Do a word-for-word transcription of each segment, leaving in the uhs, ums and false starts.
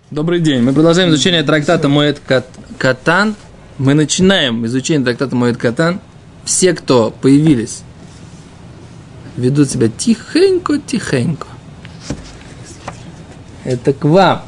Добрый день. Мы продолжаем изучение трактата Моэд Катан. Мы начинаем изучение трактата Моэд Катан. Все, кто появились, ведут себя тихенько-тихенько. Это к вам.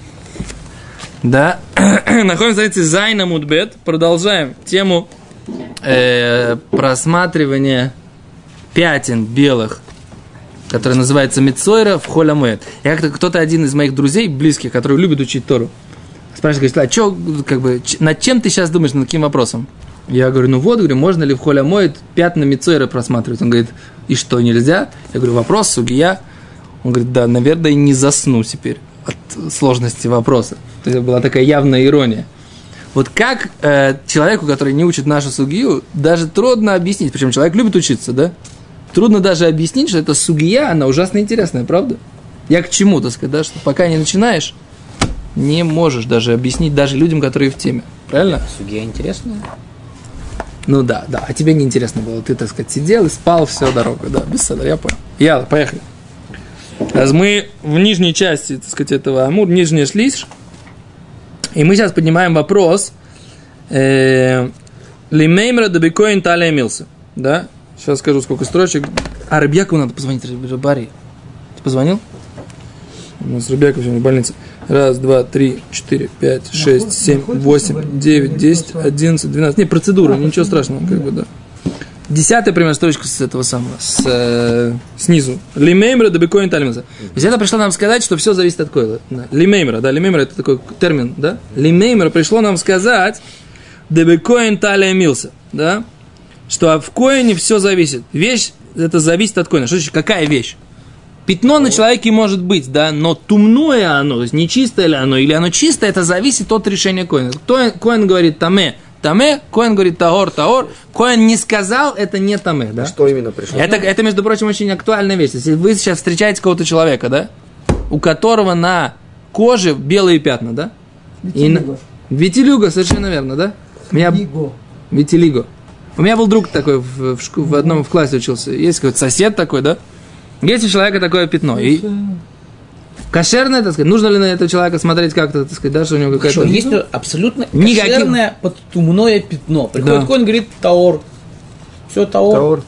Да. Находимся на странице Зайна Мудбет. Продолжаем тему э, просматривания пятен белых, который называется Мицойра в Холь ха-Моэд. И как-то кто-то один из моих друзей, близких, который любит учить Тору, спрашивает, говорит, а что, как бы, над чем ты сейчас думаешь, над каким вопросом? Я говорю, ну вот, говорю, можно ли в Холь ха-Моэд пятна Мицойра просматривать? Он говорит, и что, нельзя? Я говорю, вопрос, сугия. Он говорит, да, наверное, не засну теперь от сложности вопроса. То есть была такая явная ирония. Вот как э, человеку, который не учит нашу сугию, даже трудно объяснить, причем человек любит учиться, да? Трудно даже объяснить, что эта сугия, она ужасно интересная, правда? Я к чему, так сказать, да, что пока не начинаешь, не можешь даже объяснить даже людям, которые в теме. Правильно? Сугия интересная. Ну да, да. А тебе не интересно было. Ты, так сказать, сидел и спал всю дорогу. Да, без сада, я понял. Яла, поехали. Раз мы в нижней части, так сказать, этого Амур, нижняя шлиш, и мы сейчас поднимаем вопрос Лимеймра дабикоин талия милса. Да? Сейчас скажу, сколько строчек. А Рыбьякову надо позвонить, Рыбари. Ты позвонил? У нас Рыбьяков сегодня в больнице. Раз, два, три, четыре, пять, шесть, семь, восемь, девять, десять, одиннадцать, двенадцать. Не, процедура, ничего страшного, как бы, да. Десятая, примерно, строчка с этого самого, с, э, снизу. Лимеймра дабикоин талия милса. То есть это пришло нам сказать, что все зависит от койла. Лимеймра, да, лимеймра это такой термин, да. Лимеймра пришло нам сказать дабикоин талия милса, да. Что в коине все зависит. Вещь, это зависит от коина. Что значит, какая вещь? Пятно на человеке может быть, да, но тумное оно, то есть нечистое ли оно, или оно чистое, это зависит от решения коина. Коин говорит таме, таме, коин говорит таор, таор. Коин не сказал, это не таме, да? А что именно пришло? Это, это, между прочим, очень актуальная вещь. Если вы сейчас встречаете какого-то человека, да, у которого на коже белые пятна, да? Витилиго. И, витилиго, совершенно верно, да? Витилиго. Витилиго. У меня был друг такой, в, в, в одном в классе учился. Есть какой-то сосед такой, да? Есть у человека такое пятно. И кошерное, так сказать, нужно ли на этого человека смотреть как-то, так сказать, да, что у него какая-то... Что, есть абсолютно Никаких... кошерное подтумное пятно. Приходит да. Коин, говорит, таор. Все, таор. таор.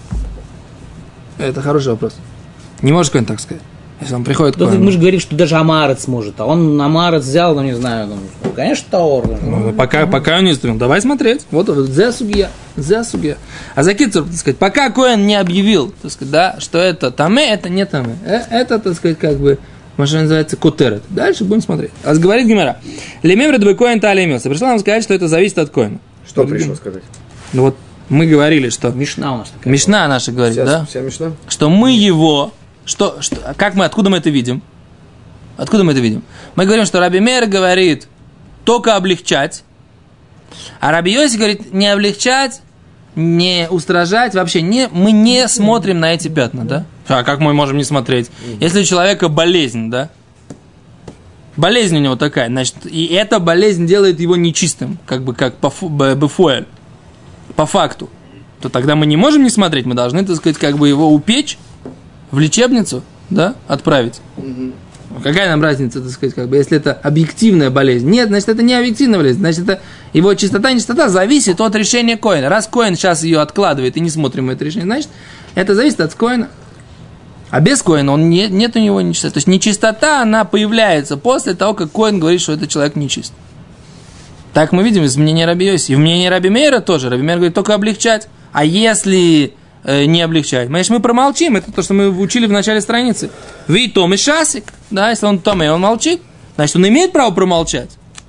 Это хороший вопрос. Не можешь Коин так сказать. Если он приходит да, к Коину. Мы же говорим, что даже Амарец может. А он Амарец взял, ну не знаю, ну, конечно, таор. Ну, пока, пока он не сделал. Давай смотреть. Вот зе сугия. Зе сугия. А за кицур, так сказать, пока Коин не объявил, так сказать, да, что это таме, это не таме. Это, так сказать, как бы, что называется, котерет. Дальше будем смотреть. А говорит Гемара. Лемемра дабы Коин талия милса. Пришло нам сказать, что это зависит от Коина. Что пришло сказать? Ну вот мы говорили, что... Мишна у нас такая. Мишна наша говорит, вся, да? Вся Мишна? Что мы его... Что, что, как мы, откуда мы это видим? Откуда мы это видим? Мы говорим, что Раби Мейр говорит только облегчать, а Раби Йоси говорит не облегчать, не устражать, вообще не, мы не смотрим на эти пятна, да? А как мы можем не смотреть? Если у человека болезнь, да? Болезнь у него такая, значит, и эта болезнь делает его нечистым, как бы как по, бефуэль, по факту, то тогда мы не можем не смотреть, мы должны, так сказать, как бы его упечь, в лечебницу, да, отправить. Угу. Какая нам разница, так сказать, как бы, если это объективная болезнь? Нет, значит, это не объективная болезнь. Значит, это его чистота и нечистота зависит от решения коина. Раз коин сейчас ее откладывает и не смотрим это решение, значит, это зависит от коина. А без коина он не, нет у него нечистоты. То есть нечистота, она появляется после того, как коин говорит, что этот человек нечист. Так мы видим из мнения Раби Йоси. И в мнении Раби Мейра тоже. Раби Мейр говорит, только облегчать. А если... не облегчать. Значит, мы промолчим. Это то, что мы учили в начале страницы. Ви том и шасик. Да, если он том и он молчит, значит, он имеет право промолчать.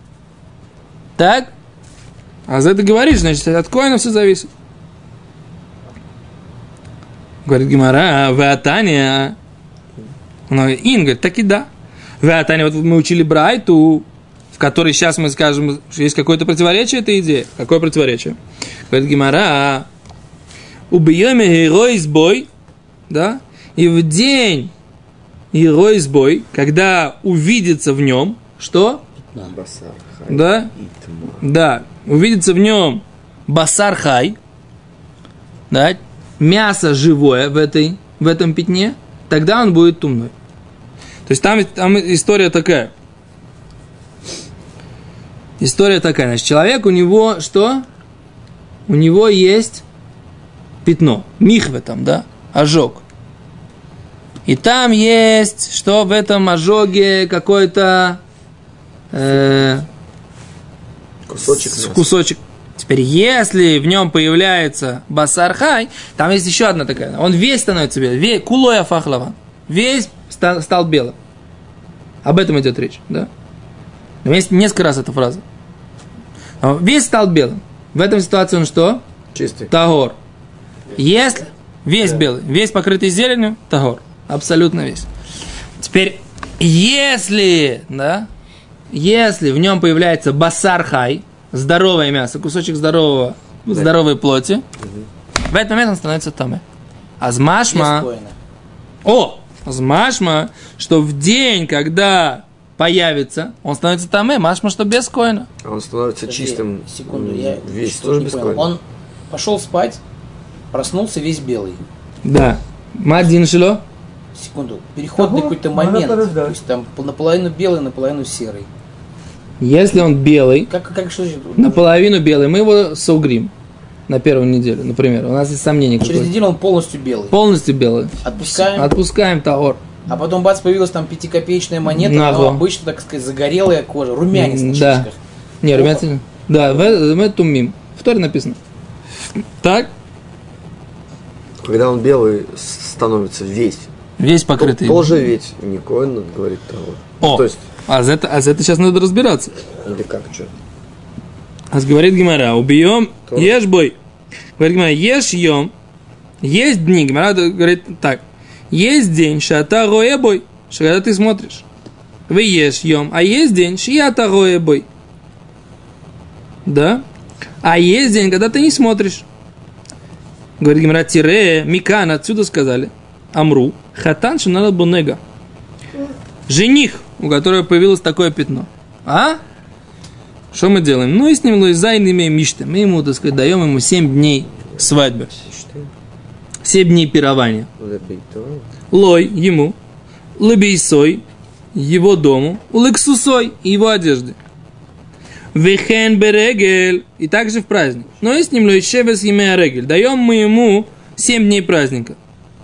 Так? А за это говоришь, значит, от коина все зависит. Говорит Гемара, веатания. Он говорит, ин, говорит, так и да. Веатания, вот мы учили Брайту, в которой сейчас мы скажем, что есть какое-то противоречие этой идее. Какое противоречие? Говорит Гемара, убьем геройсбой, да, и в день геройсбой, когда увидится в нем, что? Басар хай. Да, да, увидится в нем басар хай, да, мясо живое в, этой, в этом пятне, тогда он будет тумной. То есть там, там история такая. История такая, значит, человек, у него что? У него есть пятно, михве там, да, ожог. И там есть, что в этом ожоге какой-то э, Кусочек мяса. кусочек. Теперь, если в нем появляется басар хай, там есть еще одна такая, он весь становится белым, весь, кулоя фахлаван, весь стал, стал белым. Об этом идет речь, да? Есть несколько раз эта фраза. Весь стал белым. В этом ситуации он что? Чистый. Тагор. Если весь белый, весь покрытый зеленью, тагор. Абсолютно весь. Теперь, если, да, если в нем появляется басар хай, здоровое мясо, кусочек здорового, да. здоровой плоти, угу. в этот момент он становится тамэ. Азмашма. О! Азмашма, что в день, когда появится, он становится тамэ, машма, что без коина. А он становится Подожди, чистым. Секунду, я весь тоже без коина. Он пошел спать, проснулся весь белый. Да. Мадин шило. Секунду. Переходный Ого, какой-то момент. То есть там наполовину белый, наполовину серый. Если он белый, как, как, что, наполовину белый, мы его саугрим на первую неделю, например. У нас есть сомнения. Через какое-то. неделю он полностью белый. Полностью белый. Отпускаем. Отпускаем таор. А потом бац, появилась там пятикопеечная монета, Нахуй. но обычно, так сказать, загорелая кожа, румянец на да. щечках. Не, румянец. Да, в этом мим. В Торе написано. Так? Когда он белый становится весь. Весь покрытый. То, тоже ведь не коин, говорит того. О, то есть, а за это, а за это сейчас надо разбираться. или как, что? А говорит Гемара, убьем, ешь бой. Говорит Гемара, ешь ем. Есть дни, Гемара говорит так. Есть день, шата роя бой, что когда ты смотришь. Вы ешь ем. А есть день, шията роя бой. Да? А есть день, когда ты не смотришь. Говорит Гемара, тире, микан, отсюда сказали. Амру, хатан шунала бунега. Жених, у которого появилось такое пятно. А? Что мы делаем? Ну и с ним луизайн имеем мишта. Мы ему, так сказать, даем ему семь дней свадьбы. семь дней пирования. Лой ему, лебейсой, его дому, улексусой, его одежды. Вехен берегель, и также в праздник. Но и с ним лойшевес имея регель. Даем мы ему семь дней праздника.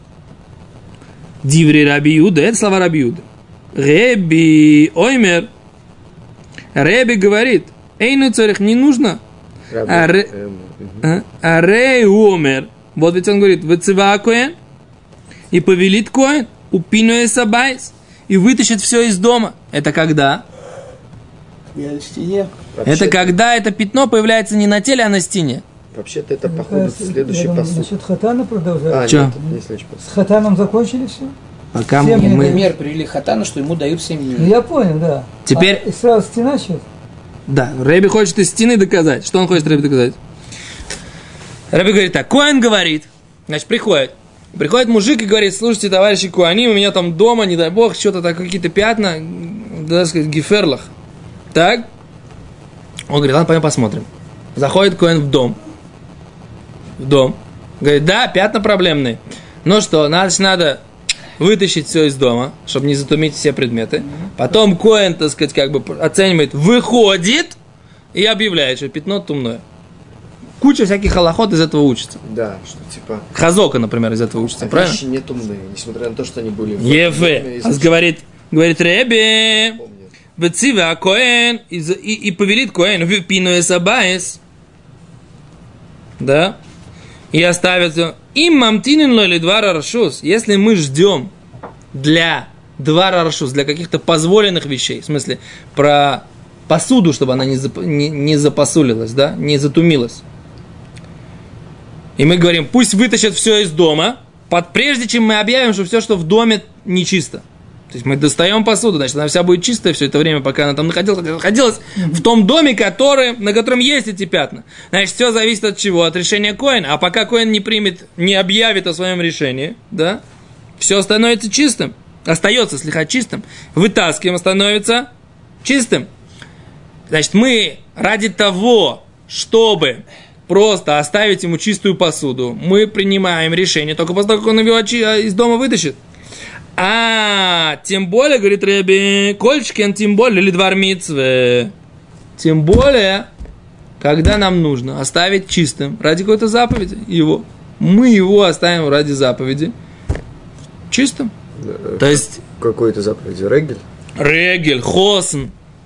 Диври Раби Юда, это слова Раби Юда. Реби Оймер. Реби говорит, эйну царих не нужно. А Рей Умер. Вот ведь он говорит, выцева коэн, и повелит коэн, упинуэ сабайс, и вытащит все из дома. Это когда? На стене. Это когда это пятно появляется не на теле, а на стене. Вообще-то это, походу, следующий посуд. Насчет хатана продолжать. А, Чё? нет, не следующий посуд. С хатаном закончили все? Пока Семь мы... дней. Пример привели хатана, что ему дают семь дней. Ну, я понял, да. Теперь- А, и сразу стена сейчас? Да, Рэби хочет из стены доказать. Что он хочет Рэби доказать? Рэби говорит так, Коэн говорит, значит, приходит. Приходит мужик и говорит, слушайте, товарищи Коани, у меня там дома, не дай бог, что-то так, какие-то пятна, да, сказать, гиферлах. Так? Он говорит, ладно, пойдем посмотрим. Заходит Коэн в дом. В дом. Говорит, да, пятна проблемные. Ну что, значит, надо вытащить все из дома, чтобы не затумить все предметы. Потом Коэн, так сказать, как бы оценивает, выходит и объявляет, что пятно тумное. Куча всяких халахот из этого учится. Да, что типа... Хазока, например, из этого учится, А правильно? вещи не умные, несмотря на то, что они были... в Ефе. доме, А говорит, говорит, Ребе, помню. Бецива Коэн, и, и, и повелит Коэн, Випинуэ Сабаес. Да? И оставит все. Им мамтинин лоли два раршус. Если мы ждем для два раршус, для каких-то позволенных вещей, в смысле, про посуду, чтобы она не, зап, не, не запосулилась, да, не затумилась. И мы говорим, пусть вытащат все из дома, под, прежде чем мы объявим, что все, что в доме, нечисто. То есть мы достаем посуду, значит, она вся будет чистая все это время, пока она там находилась, находилась в том доме, который, на котором есть эти пятна. Значит, все зависит от чего? От решения Коэна. А пока Коэн не примет, не объявит о своем решении, да, все становится чистым. Остается слегка чистым. Вытаскиваем, становится чистым. Значит, мы ради того, чтобы просто оставить ему чистую посуду, мы принимаем решение только после того, как он ее из дома вытащит. А, тем более, говорит Рэби, кольчкен, тем более, или двор мицвы. тем более, когда нам нужно оставить чистым ради какой-то заповеди его. Мы его оставим ради заповеди чистым. Да, То есть... Какой-то заповеди? Регель? Регель, хосн.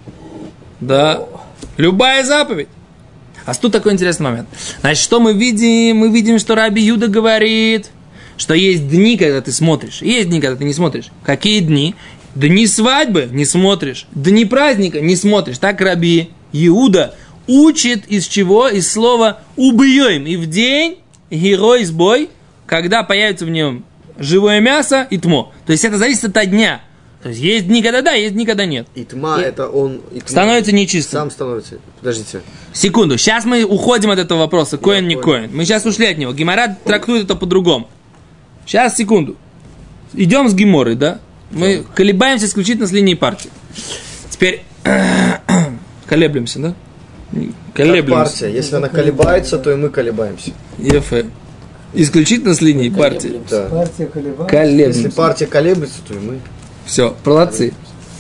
Да. Любая заповедь. А тут такой интересный момент. Значит, что мы видим? Мы видим, что Раби Юда говорит, что есть дни, когда ты смотришь. Есть дни, когда ты не смотришь. Какие дни? Дни свадьбы не смотришь. Дни праздника не смотришь. Так Раби Иуда учит из чего? Из слова «убьем». И в день герой сбой, когда появится в нем живое мясо и тмо. То есть это зависит от дня. То есть есть дни, когда да, есть дни, когда нет. И тма, и это он... И тма становится нечистым. Сам становится... Подождите. Секунду, сейчас мы уходим от этого вопроса, коэн, не понял. коэн. Мы сейчас ушли от него. Гемара трактует это по-другому. Сейчас, секунду. Идем с Геморой, да? Мы колебаемся исключительно с линии партии. Теперь колеблемся, да? Как Колеблемся. партия. Если она колебается, то и мы колебаемся. Ефе. Исключительно с линии партии. Да. Партия колебалась. Колеблемся. Если партия колеблется, то и мы. Все, молодцы.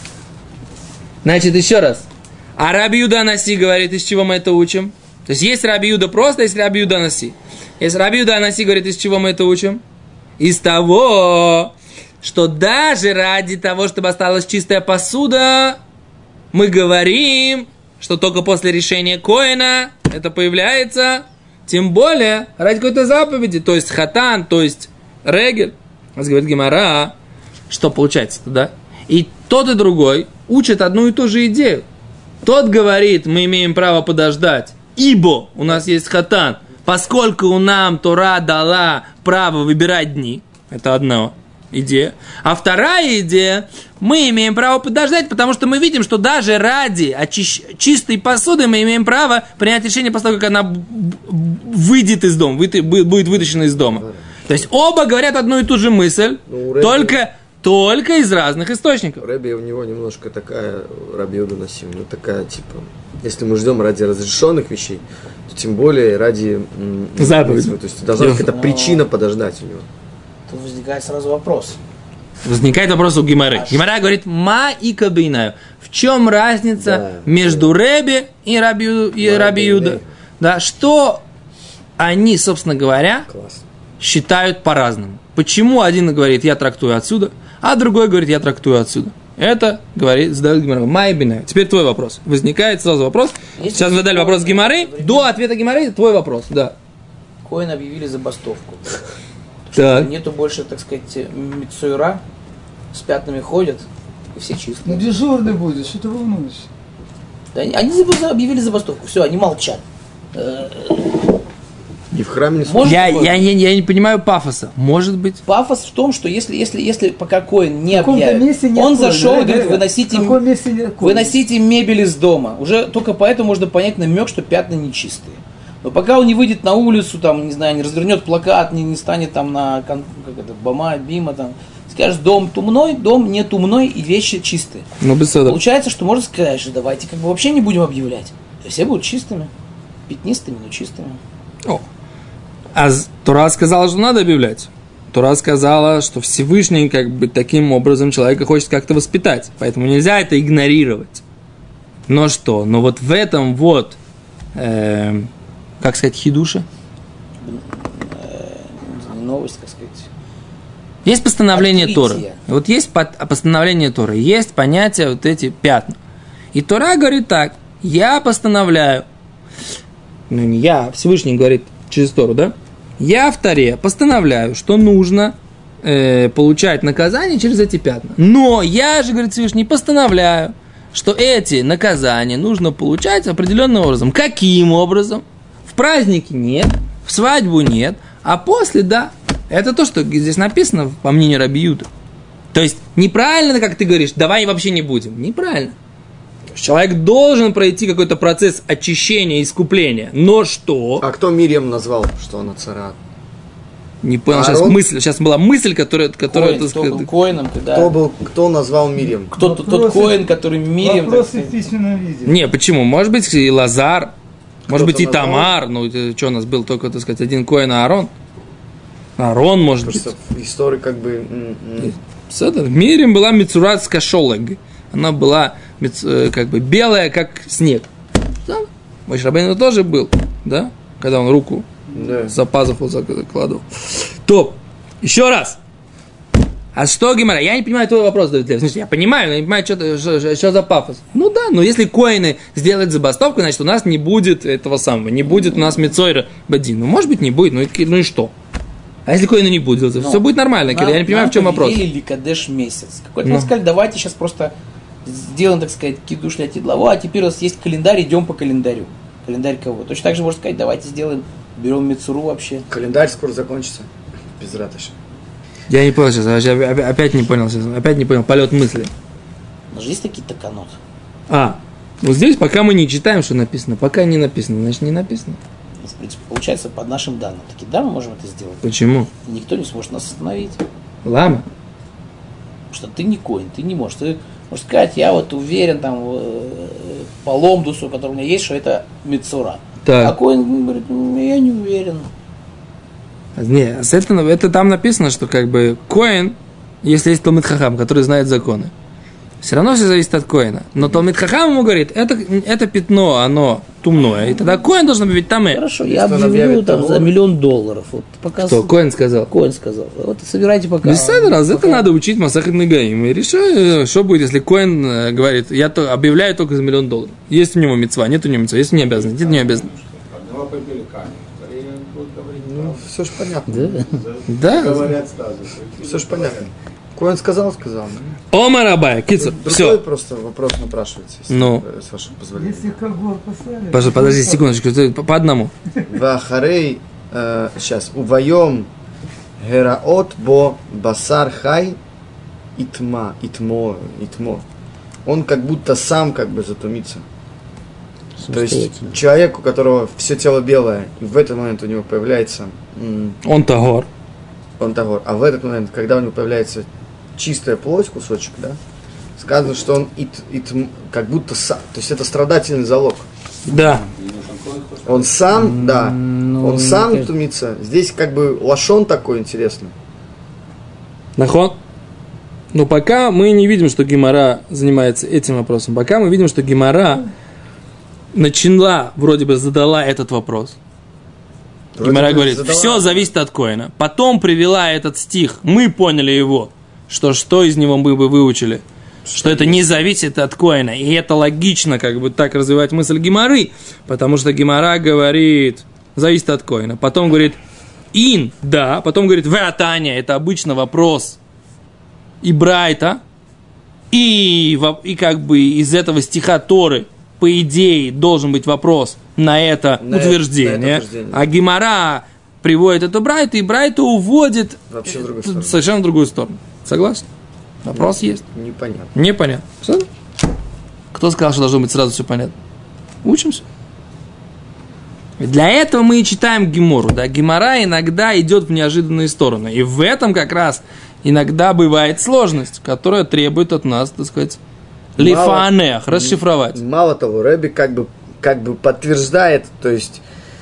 Значит, еще раз. А Раби Юда Анаси говорит, из чего мы это учим? То есть есть Раби Юда просто, есть Раби Юда Анаси. Если Раби Юда Анаси говорит, из чего мы это учим? Из того, что даже ради того, чтобы осталась чистая посуда, мы говорим, что только после решения коэна это появляется, тем более ради какой-то заповеди, то есть хатан, то есть регель. У нас говорит Гемара, что получается-то, да? И тот и другой учат одну и ту же идею. Тот говорит, мы имеем право подождать, ибо у нас есть хатан, поскольку у нам Тора дала право выбирать дни. Это одна идея. А вторая идея, мы имеем право подождать, потому что мы видим, что даже ради очищ... чистой посуды мы имеем право принять решение после того, как она выйдет из дома, вы... будет вытащена из дома. То есть оба говорят одну и ту же мысль, Ну, Рэби... только, только из разных источников. Рэби у него немножко такая, Раби Иуда Анаси, ну такая, типа, если мы ждем ради разрешенных вещей, то тем более ради м, заповеди. То есть должна быть какая-то причина подождать у него. Тут возникает сразу вопрос. Возникает вопрос у Гемары. Гемара говорит, ма и кабинаю. В чем разница Да, между Рэби и Раби, и Раби Юда? Да, что они, собственно говоря, Класс. считают по-разному. Почему один говорит, я трактую отсюда, а другой говорит, я трактую отсюда. Это, говорит, задает Гемара. Ма и бинаю. Теперь твой вопрос. Возникает сразу вопрос. Есть Сейчас мы задали вопрос Гемары. До ответа Гемары твой вопрос. Да. Коэн объявили забастовку. Так. Нету больше, так сказать, мицуира, с пятнами ходят, и все Ну чистые. дежурный будет, что ты волнуешься? Да, они, они заб- объявили забастовку, все, они молчат. Э, И в храме не Может Я, такое я, я, я не понимаю пафоса. Может быть. Пафос в том, что если, если, если пока Коэн не В каком-то объявит, месте нет он Коэна, зашел и да, говорит, да. выносите, В каком месте нет Коэна? выносите мебель из дома. Уже только поэтому можно понять намек, что пятна нечистые. Но пока он не выйдет на улицу, там, не знаю, не развернет плакат, не, не станет там на кон- как это, Бама, Бима, там, скажет, дом тумной, дом не тумной и вещи чистые. Ну, без этого. Получается, что можно сказать, что давайте как бы вообще не будем объявлять. То есть все будут чистыми, пятнистыми, но чистыми. О. А Тора сказала, что надо объявлять. Тора сказала, что Всевышний как бы таким образом человека хочет как-то воспитать. Поэтому нельзя это игнорировать. Но что? Но вот в этом вот, э, как сказать, хидуша. Новость, так сказать. Есть постановление Торы. Открытие. Вот есть постановление Торы. Есть понятие вот эти пятна. И Тора говорит так. Я постановляю. Ну не я, Всевышний говорит через Тору, да? Я в Торе постановляю, что нужно э, получать наказание через эти пятна. Но я же, говорит Всевышний, постановляю, что эти наказания нужно получать определенным образом. Каким образом? В празднике нет, в свадьбу нет, а после да. Это то, что здесь написано, по мнению Раби Юда. То есть неправильно, как ты говоришь, давай вообще не будем. Неправильно. Человек должен пройти какой-то процесс очищения, искупления. Но что? А кто Мирьям назвал, что она цара? Не понял, Аарон? сейчас мысль. Сейчас была мысль, которая... которая Коэн, так кто был сказать, Коэном, когда... Кто был, кто назвал Мирьям? Кто тот, тот Вопросы- Коэн, который Мирьям, так Вопросы в сказать. письменном виде. Не, почему? Может быть, и Лазар, может быть, и назвал? Тамар. Ну, это что, у нас был только, так сказать, один Коэн, а Аарон? Аарон, может быть. Просто история как бы... м, м, Седер. Мирим была мицурат с кашолег. Она была миц- э, как бы белая, как снег. Моше Рабейну тоже был, да? Когда он руку Да. за пазуху закладывал. То, еще раз. А что Гемара? Я не понимаю твой вопрос, Давид Лев. Значит, я понимаю, но не понимаю, что, что, что за пафос. Ну да, но если коины сделают забастовку, значит, у нас не будет этого самого, не будет у нас Мицойра Бадин. Ну, может быть, не будет, ну и, ну и что? А если коина не будет, Но все будет нормально, Кир, я не понимаю, в чем вопрос. Или Кадеш месяц. Какой-то Ну. мы сказали, давайте сейчас просто сделаем, так сказать, кидуш для Тидлаво, а теперь у нас есть календарь, идем по календарю. Календарь кого? Точно так же можно сказать, давайте сделаем, берем Мицуру вообще. Календарь скоро закончится. Без ратыша. Я не понял сейчас, вообще, опять, опять не понял сейчас, опять не понял, полет мысли. У нас же есть такие таканот. А, вот здесь пока мы не читаем, что написано, пока не написано, значит, не написано. У нас, в принципе, получается под нашим данным. Такие, да, мы можем это сделать. Почему? Никто не сможет нас остановить. Лама? Потому что ты не коин, ты не можешь. Ты можешь сказать, я вот уверен там э, по ломдусу, который у меня есть, что это Мицура. Так. А коин говорит, «М, я не уверен. Не, с этого, это там написано, что как бы коин, если есть Талмид Хахам, который знает законы, все равно все зависит от коина. Но Талмид Хахам ему говорит, это, это пятно, оно тумное, и тогда коин должен быть тамэ. Хорошо, Если я он объявлю объявит там того- за миллион долларов. Вот пока Что, коин сказал? Коин сказал. Вот собирайте пока. Беседа, раз это пока- надо учить Масахет Нагаим. И решаю, что будет, если коин э, говорит, я то, объявляю только за миллион долларов. Есть у него мицва, нет у него мицва, есть не обязан, нет не обязан. Два побили камень, вторые будут говорить Ну, правду. все ж понятно. Да? Да? Говорят сразу. Все ж понятно. Коэн сказал, сказал. Омар Абай, кицур, Другой все. просто вопрос напрашивается, если, Ну. э, с вашего позволения. Если когор поставили... Пожалуйста, подожди секундочку, ты по, по одному. Вахарей, э, сейчас, увоем гераот бо басар хай итма, итмо, итмо. Он как будто сам как бы затумится. То есть человек, у которого все тело белое, и в этот момент у него появляется м, Он тагор. он тагор, а в этот момент, когда у него появляется чистая плоть, кусочек, да, сказано, что он ит, ит, как будто сам, то есть это страдательный залог. Да. Он сам, да, ну, он сам мне тумится. Здесь как бы лашон такой интересный. Нахон? Но пока мы не видим, что Гемара занимается этим вопросом. Пока мы видим, что Гемара начала, вроде бы задала этот вопрос. Вроде Гемара бы говорит, задала. все зависит от коина. Потом привела этот стих, мы поняли его, что что из него мы бы выучили, что это не зависит от коина. И это логично, как бы так развивать мысль Гемары, потому что Гемара говорит, зависит от коина. Потом говорит, ин, да, потом говорит, веатаня, это обычно вопрос и Брайта, и, во- и как бы из этого стиха Торы, по идее, должен быть вопрос на это На это- утверждение. на это утверждение. А Гемара приводит эту Брайту, и Брайта уводит Вообще в другую э, сторону. совершенно в другую сторону. Согласен? Вопрос есть. Непонятно. Непонятно. Все? Кто сказал, что должно быть сразу все понятно? Учимся. Для этого мы и читаем Гемору. Да? Гемора иногда идет в неожиданные стороны. И в этом как раз иногда бывает сложность, которая требует от нас, так сказать, Мало- лифаанех, расшифровать. Мало того, Рэби как бы, как бы подтверждает, то есть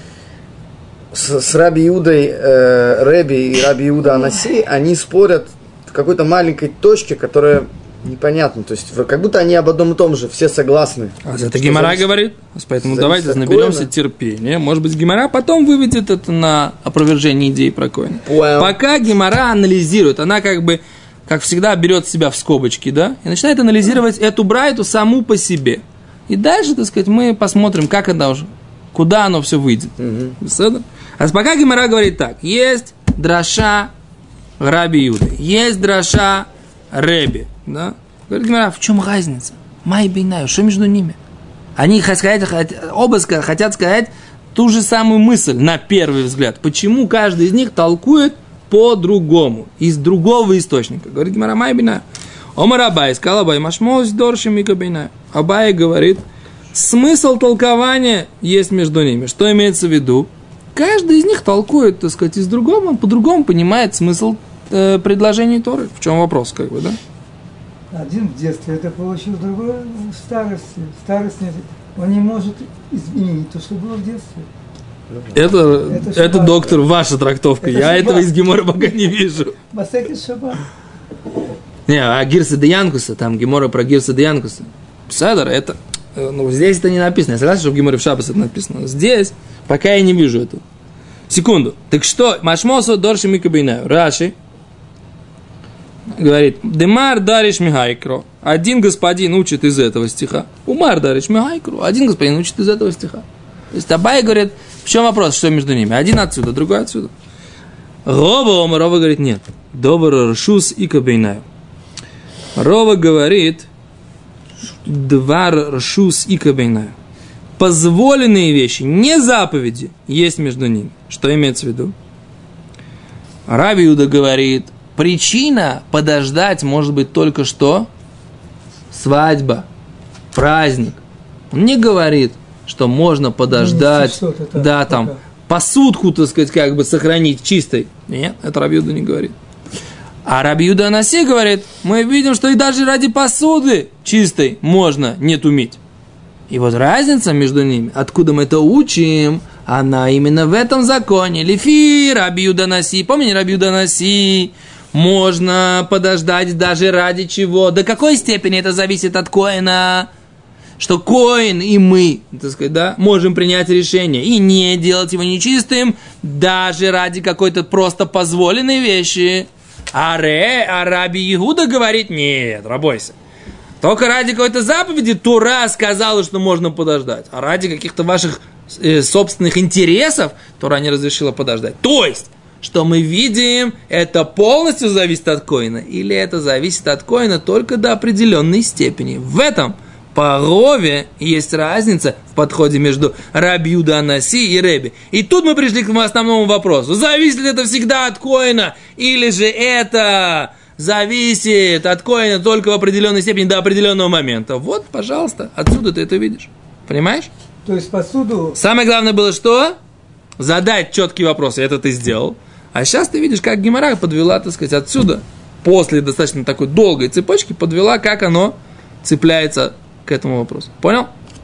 с, с Раби Иудой, э, Рэби и Раби Иуда Анаси, они спорят в какой-то маленькой точке, которая непонятна. То есть в- как будто они об одном и том же, все согласны. А это Что Гемора зависит- говорит. Поэтому зависит давайте от наберемся коина. терпения. Может быть, Гемора потом выведет это на опровержение идеи про коина. Понял. Пока Гемора анализирует, она как бы, как всегда, берет себя в скобочки, да, и начинает анализировать эту брайту саму по себе. И дальше, так сказать, мы посмотрим, как это уже, куда оно все выйдет. Беседа? А пока Гемора говорит так: есть драша Раби Иуды, есть драша Реби, да? Говорит Гемора, в чем разница? Май бейнаю, что между ними? Они хотят сказать, хот- оба ска- хотят сказать ту же самую мысль на первый взгляд. Почему каждый из них толкует по-другому, из другого источника? Говорит Гемора, май бейнаю. Омар Абай, сказал Абай, машмоус доршим и кабейнаю. Абай говорит, смысл толкования есть между ними. Что имеется в виду? Каждый из них толкует, так сказать, из другого, он по-другому понимает смысл э, предложений Торы. В чем вопрос, как бы, да? Один в детстве это получил, другой в старости. В старости он не может изменить то, что было в детстве. Это, Это это, шаббат. доктор, ваша трактовка. Это Я шаббат. этого из Гемора пока не вижу. Масекет Шаббат. Не, а Гирса де Янкуса, там Гемора про Гирса де Янкуса. Седер, это, Ну, здесь это не написано. Я согласен, что в Геморе в Шаббас это написано. Здесь пока я не вижу этого. Секунду. Так что? Машмосу дорши микабейнаю. Раши говорит, Демар дариш михайкро. Один господин учит из этого стиха. Умар дариш михайкро. Один господин учит из этого стиха. То есть Абай говорит, в чем вопрос, что между ними? Один отсюда, другой отсюда. Рова Ома, Рова говорит, нет. Добр ршус и кабейнаю. Рова говорит, двар ршус и кабейнаю. Позволенные вещи, не заповеди, есть между ними. Что имеется в виду? Раби Иуда говорит, причина подождать может быть только что свадьба, праздник. Он не говорит, что можно подождать, да, там, пока. Посудку, так сказать, как бы сохранить чистой. Нет, это Раби Иуда не говорит. А Раби Иуда Анаси говорит, мы видим, что и даже ради посуды чистой можно не тумить. И вот разница между ними, откуда мы это учим, она именно в этом законе. Лифи Раби Иуда Анаси, помните Раби Иуда Анаси? Можно подождать даже ради чего. До какой степени это зависит от коэна? Что коэн и мы, так сказать, да, можем принять решение и не делать его нечистым даже ради какой-то просто позволенной вещи. А, Ре, а Раби Иуда говорит, нет, рабойся. Только ради какой-то заповеди Тура сказала, что можно подождать. А ради каких-то ваших э, собственных интересов Тура не разрешила подождать. То есть, что мы видим, это полностью зависит от коэна, или это зависит от коэна только до определенной степени. В этом по Рове есть разница в подходе между Раби Иуда Анаси и Реби. И тут мы пришли к основному вопросу. Зависит ли это всегда от коэна, или же это зависит от коэна только в определенной степени до определенного момента? Вот, пожалуйста, отсюда ты это видишь. Понимаешь? То есть посуду... Самое главное было что? Задать четкий вопрос, и это ты сделал. А сейчас ты видишь, как Гемара подвела, так сказать, отсюда, после достаточно такой долгой цепочки, подвела, как оно цепляется к этому вопросу. Понял?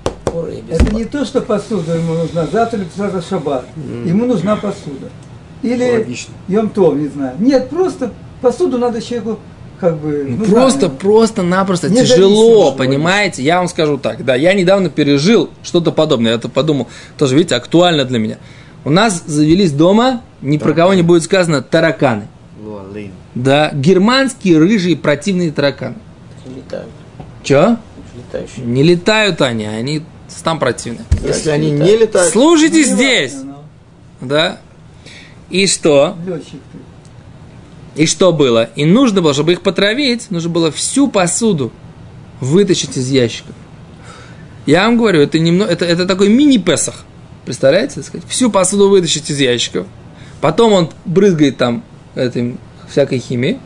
Это не то, что посуда ему нужна. Завтра или завтра шаббат. Mm. Ему нужна посуда. Или Йом-Тов, не знаю. Нет, просто посуду надо человеку как бы... Ну, просто, просто-напросто тяжело, понимаете? Я вам скажу так, да, я недавно пережил что-то подобное. Я это подумал, тоже, видите, актуально для меня. У нас завелись дома, ни про кого не будет сказано, тараканы. Да, германские рыжие противные тараканы. Не летают. Чё? Летающие. Не летают они, они там противные. Если они не летают... Слушайте здесь. Да. И что? И что было? И нужно было, чтобы их потравить, нужно было всю посуду вытащить из ящиков. Я вам говорю, это, немного, это, это такой мини-песах. Представляете? Так сказать? Всю посуду вытащить из ящиков. Потом он брызгает там этой всякой химией.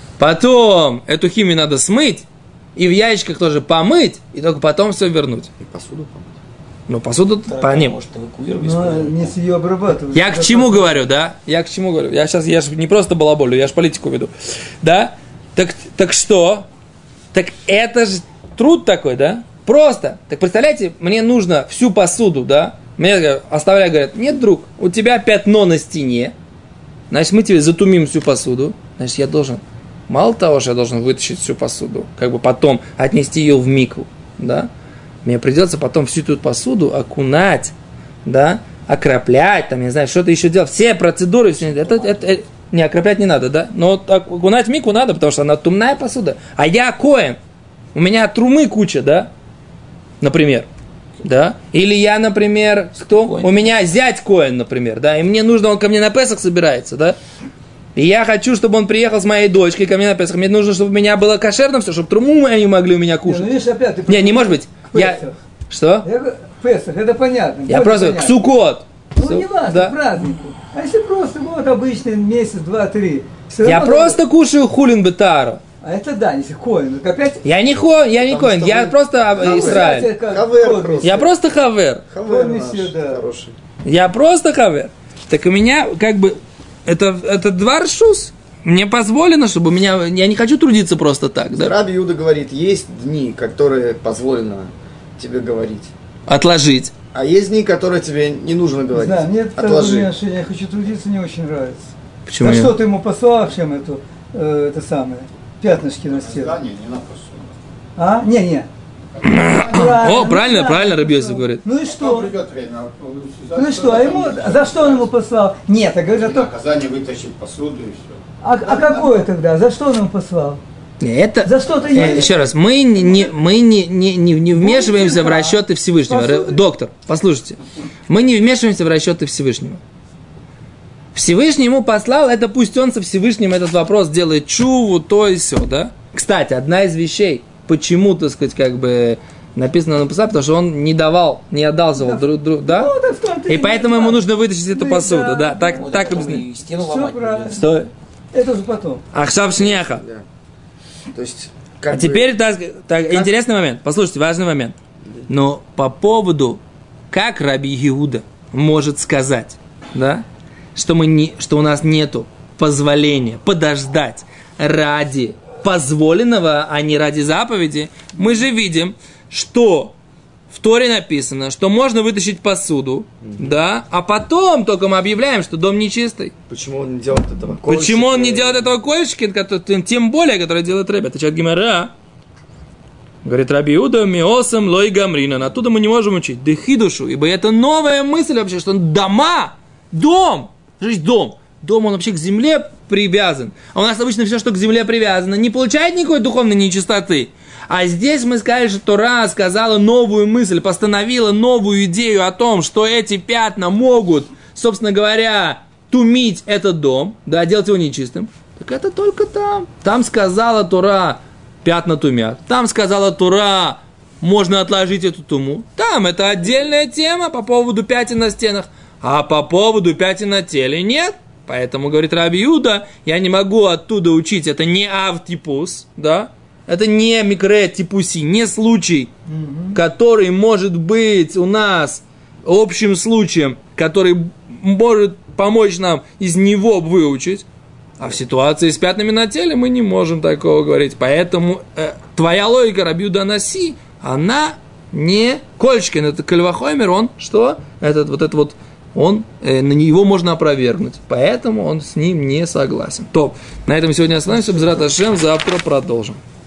Потом эту химию надо смыть. И в ящиках тоже помыть. И только потом все вернуть. И посуду помыть. Ну, посуду по ним. Может эвакуировать. Но не с ее обрабатывать. Я к чему говорю, да? Я к чему говорю? Я сейчас, я же не просто балаболю, я же политику веду. Да? Так, так что? Так это же труд такой, да? Просто. Так представляете, мне нужно всю посуду, да? Мне оставляют, говорят, нет, друг, у тебя пятно на стене. Значит, мы тебе затумим всю посуду. Значит, я должен, мало того, что я должен вытащить всю посуду, как бы потом отнести ее в микву, да? Мне придется потом всю эту посуду окунать, да, окроплять, там, я не знаю, что-то еще делать. Все процедуры, все это, это, это, не, окроплять не надо, да, но окунать в микву надо, потому что она тумная посуда. А я коэн, у меня трумы куча, да, например, да, или я, например, кто? Коэн. У меня зять коэн, например, да, и мне нужно, он ко мне на Песах собирается, да, и я хочу, чтобы он приехал с моей дочкой ко мне на Песах. Мне нужно, чтобы у меня было кошерно все, чтобы труму они могли у меня кушать. Не, ну, видишь, опять ты не, не может быть. Я... Что? Я... Песах, это понятно. Я просто понятно. Ксукот. Ну, Все... не важно, да. празднику. А если просто вот обычный месяц, два, три. Я просто надо... кушаю хулин бетару. А это да, если коин. Опять... Я не хо, я не коин, я просто хавер. Израиль. Хавер просто. Я просто хавер. Хавер наш хороший. Я просто хавер. Так у меня как бы это, это два ршус. Мне позволено, чтобы у меня... Я не хочу трудиться просто так, да? Раби Иуда говорит, есть дни, которые позволено тебе говорить. Отложить. А есть дни, которые тебе не нужно говорить. Да, мне это отложи. Что я хочу трудиться, не очень нравится. Почему? А я... что ты ему послал, чем эту, э, это самое, пятнышки на стену? Да, не, не на посуду. А? Не, не. О, правильно, правильно Раби Йосиф говорит. Ну и что? Придет время. Ну и что? А ему, за что он ему послал? Нет, а говорит, а то... Наказание вытащить посуду и все. А, а какое тогда? За что он ему послал? Это, За что-то э, есть. еще раз, мы, не, не, мы не, не, не, не вмешиваемся в расчеты Всевышнего. Послушайте. Доктор, послушайте. Мы не вмешиваемся в расчеты Всевышнего. Всевышний ему послал, это пусть он со Всевышним этот вопрос делает чуву, то и все, да? Кстати, одна из вещей, почему, так сказать, как бы написано он написал, потому что он не давал, не отдался друг другу, да? Ну, да в том-то И и поэтому ему дело. нужно вытащить эту Ну, посуду, да. да? Так, Вот так потом объясни. и стену Всё ломать правильно. придётся. Стой. Это же потом. Ахшав шняха. Да. То есть, как А бы- теперь, так, так, интересный момент. Послушайте, важный момент. Но по поводу, как Раби Иуда может сказать, да, что, мы не, что у нас нету позволения подождать ради позволенного, а не ради заповеди, мы же видим, что в Торе написано, что можно вытащить посуду, mm-hmm. да, а потом только мы объявляем, что дом нечистый. Почему он не делает этого? Почему он не Кольщик, делает этого кольщики, который, тем более, который делает Рэбби? Отвечает Гемара. Говорит, Раби Иуда, миосам лой гамринан. Оттуда мы не можем учить. Дехидушу, ибо это новая мысль вообще, что он дома, дом, жизнь дом. Дом, он вообще к земле привязан. А у нас обычно все, что к земле привязано, не получает никакой духовной нечистоты. А здесь мы сказали, что Тора сказала новую мысль, постановила новую идею о том, что эти пятна могут, собственно говоря, тумить этот дом, да, делать его нечистым. Так это только там. Там сказала Тора, пятна тумят. Там сказала Тора, можно отложить эту туму. Там это отдельная тема по поводу пятен на стенах. А по поводу пятен на теле нет. Поэтому, говорит Раби Иуда, я не могу оттуда учить. Это не автипус, да? Это не микре типуси, не случай, mm-hmm. который может быть у нас общим случаем, который может помочь нам из него выучить. А в ситуации с пятнами на теле мы не можем такого говорить. Поэтому э, твоя логика, Раби Иуда Наси, она не Кольшкин, это Кальвахоймер, он что? Этот вот этот вот, он, э, на него можно опровергнуть. Поэтому он с ним не согласен. Топ. На этом сегодня остановимся. Б'эзрат Ашем, завтра продолжим.